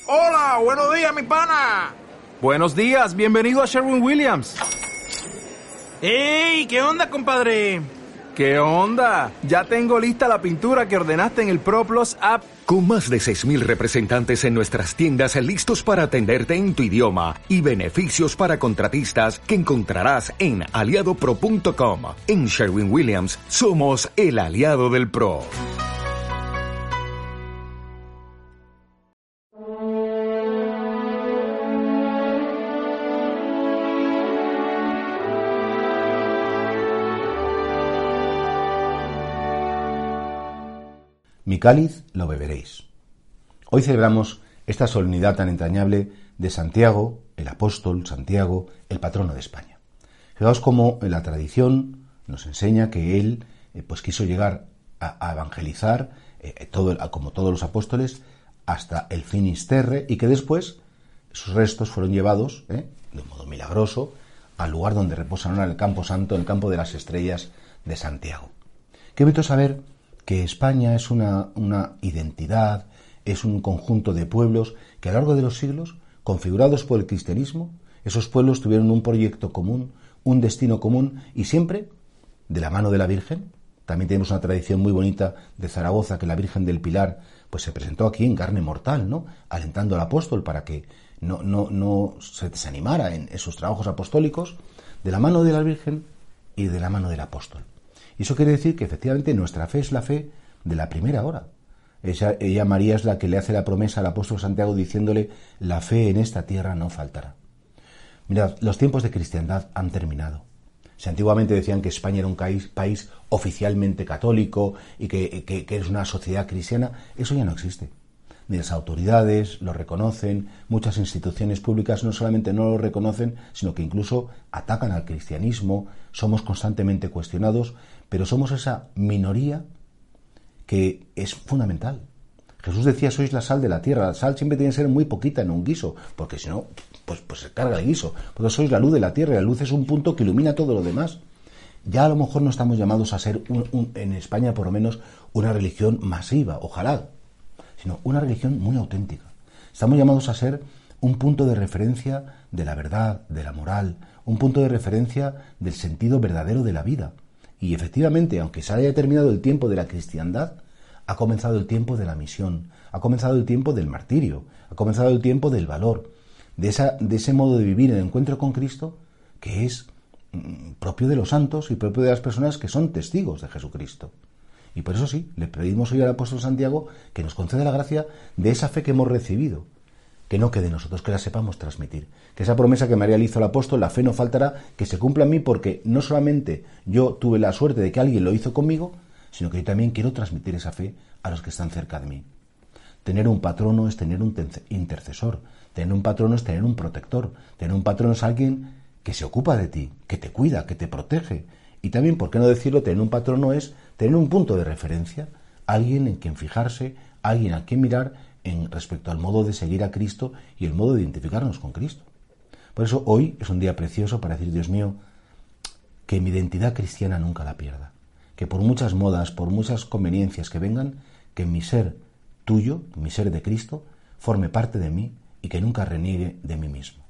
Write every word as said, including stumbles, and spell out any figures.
Hola, buenos días, mi pana. Buenos días, bienvenido a Sherwin-Williams. ¡Ey! ¿Qué onda, compadre? ¿Qué onda? Ya tengo lista la pintura que ordenaste en el ProPlus app. Con más de seis mil representantes en nuestras tiendas listos para atenderte en tu idioma y beneficios para contratistas que encontrarás en aliado pro punto com. En Sherwin-Williams somos el aliado del pro. Mi cáliz lo beberéis. Hoy celebramos esta solemnidad tan entrañable de Santiago, el apóstol, Santiago, el patrono de España. Fijaos cómo la tradición nos enseña que él eh, pues quiso llegar a, a evangelizar, eh, todo, a, como todos los apóstoles, hasta el Finisterre, y que después sus restos fueron llevados, eh, de un modo milagroso, al lugar donde reposan ahora, el Campo Santo, el Campo de las Estrellas de Santiago. Qué bonito saber que España es una, una identidad, es un conjunto de pueblos que a lo largo de los siglos, configurados por el cristianismo, esos pueblos tuvieron un proyecto común, un destino común, y siempre de la mano de la Virgen. También tenemos una tradición muy bonita de Zaragoza, que la Virgen del Pilar pues se presentó aquí en carne mortal, ¿no?, alentando al apóstol para que no, no, no se desanimara en esos trabajos apostólicos, de la mano de la Virgen y de la mano del apóstol. Y eso quiere decir que efectivamente nuestra fe es la fe de la primera hora. Ella, ella, María, es la que le hace la promesa al apóstol Santiago diciéndole: la fe en esta tierra no faltará. Mirad, los tiempos de cristiandad han terminado. Si antiguamente decían que España era un país, país oficialmente católico y que, que, que es una sociedad cristiana, eso ya no existe. Ni las autoridades lo reconocen, muchas instituciones públicas no solamente no lo reconocen, sino que incluso atacan al cristianismo, somos constantemente cuestionados, pero somos esa minoría que es fundamental. Jesús decía: sois la sal de la tierra. La sal siempre tiene que ser muy poquita en un guiso, porque si no, pues, pues se carga el guiso. Porque sois la luz de la tierra, y la luz es un punto que ilumina todo lo demás. Ya a lo mejor no estamos llamados a ser, un, un, en España por lo menos, una religión masiva, ojalá, sino una religión muy auténtica. Estamos llamados a ser un punto de referencia de la verdad, de la moral, un punto de referencia del sentido verdadero de la vida. Y efectivamente, aunque se haya terminado el tiempo de la cristiandad, ha comenzado el tiempo de la misión, ha comenzado el tiempo del martirio, ha comenzado el tiempo del valor, de, esa, de ese modo de vivir el encuentro con Cristo que es mm, propio de los santos y propio de las personas que son testigos de Jesucristo. Y por eso sí, le pedimos hoy al apóstol Santiago que nos conceda la gracia de esa fe que hemos recibido, que no quede en nosotros, que la sepamos transmitir. Que esa promesa que María le hizo al apóstol, la fe no faltará, que se cumpla en mí, porque no solamente yo tuve la suerte de que alguien lo hizo conmigo, sino que yo también quiero transmitir esa fe a los que están cerca de mí. Tener un patrono es tener un intercesor, tener un patrono es tener un protector, tener un patrono es alguien que se ocupa de ti, que te cuida, que te protege. Y también, ¿por qué no decirlo?, tener un patrono es tener un punto de referencia, alguien en quien fijarse, alguien a quien mirar en respecto al modo de seguir a Cristo y el modo de identificarnos con Cristo. Por eso hoy es un día precioso para decir: Dios mío, que mi identidad cristiana nunca la pierda, que por muchas modas, por muchas conveniencias que vengan, que mi ser tuyo, mi ser de Cristo, forme parte de mí y que nunca reniegue de mí mismo.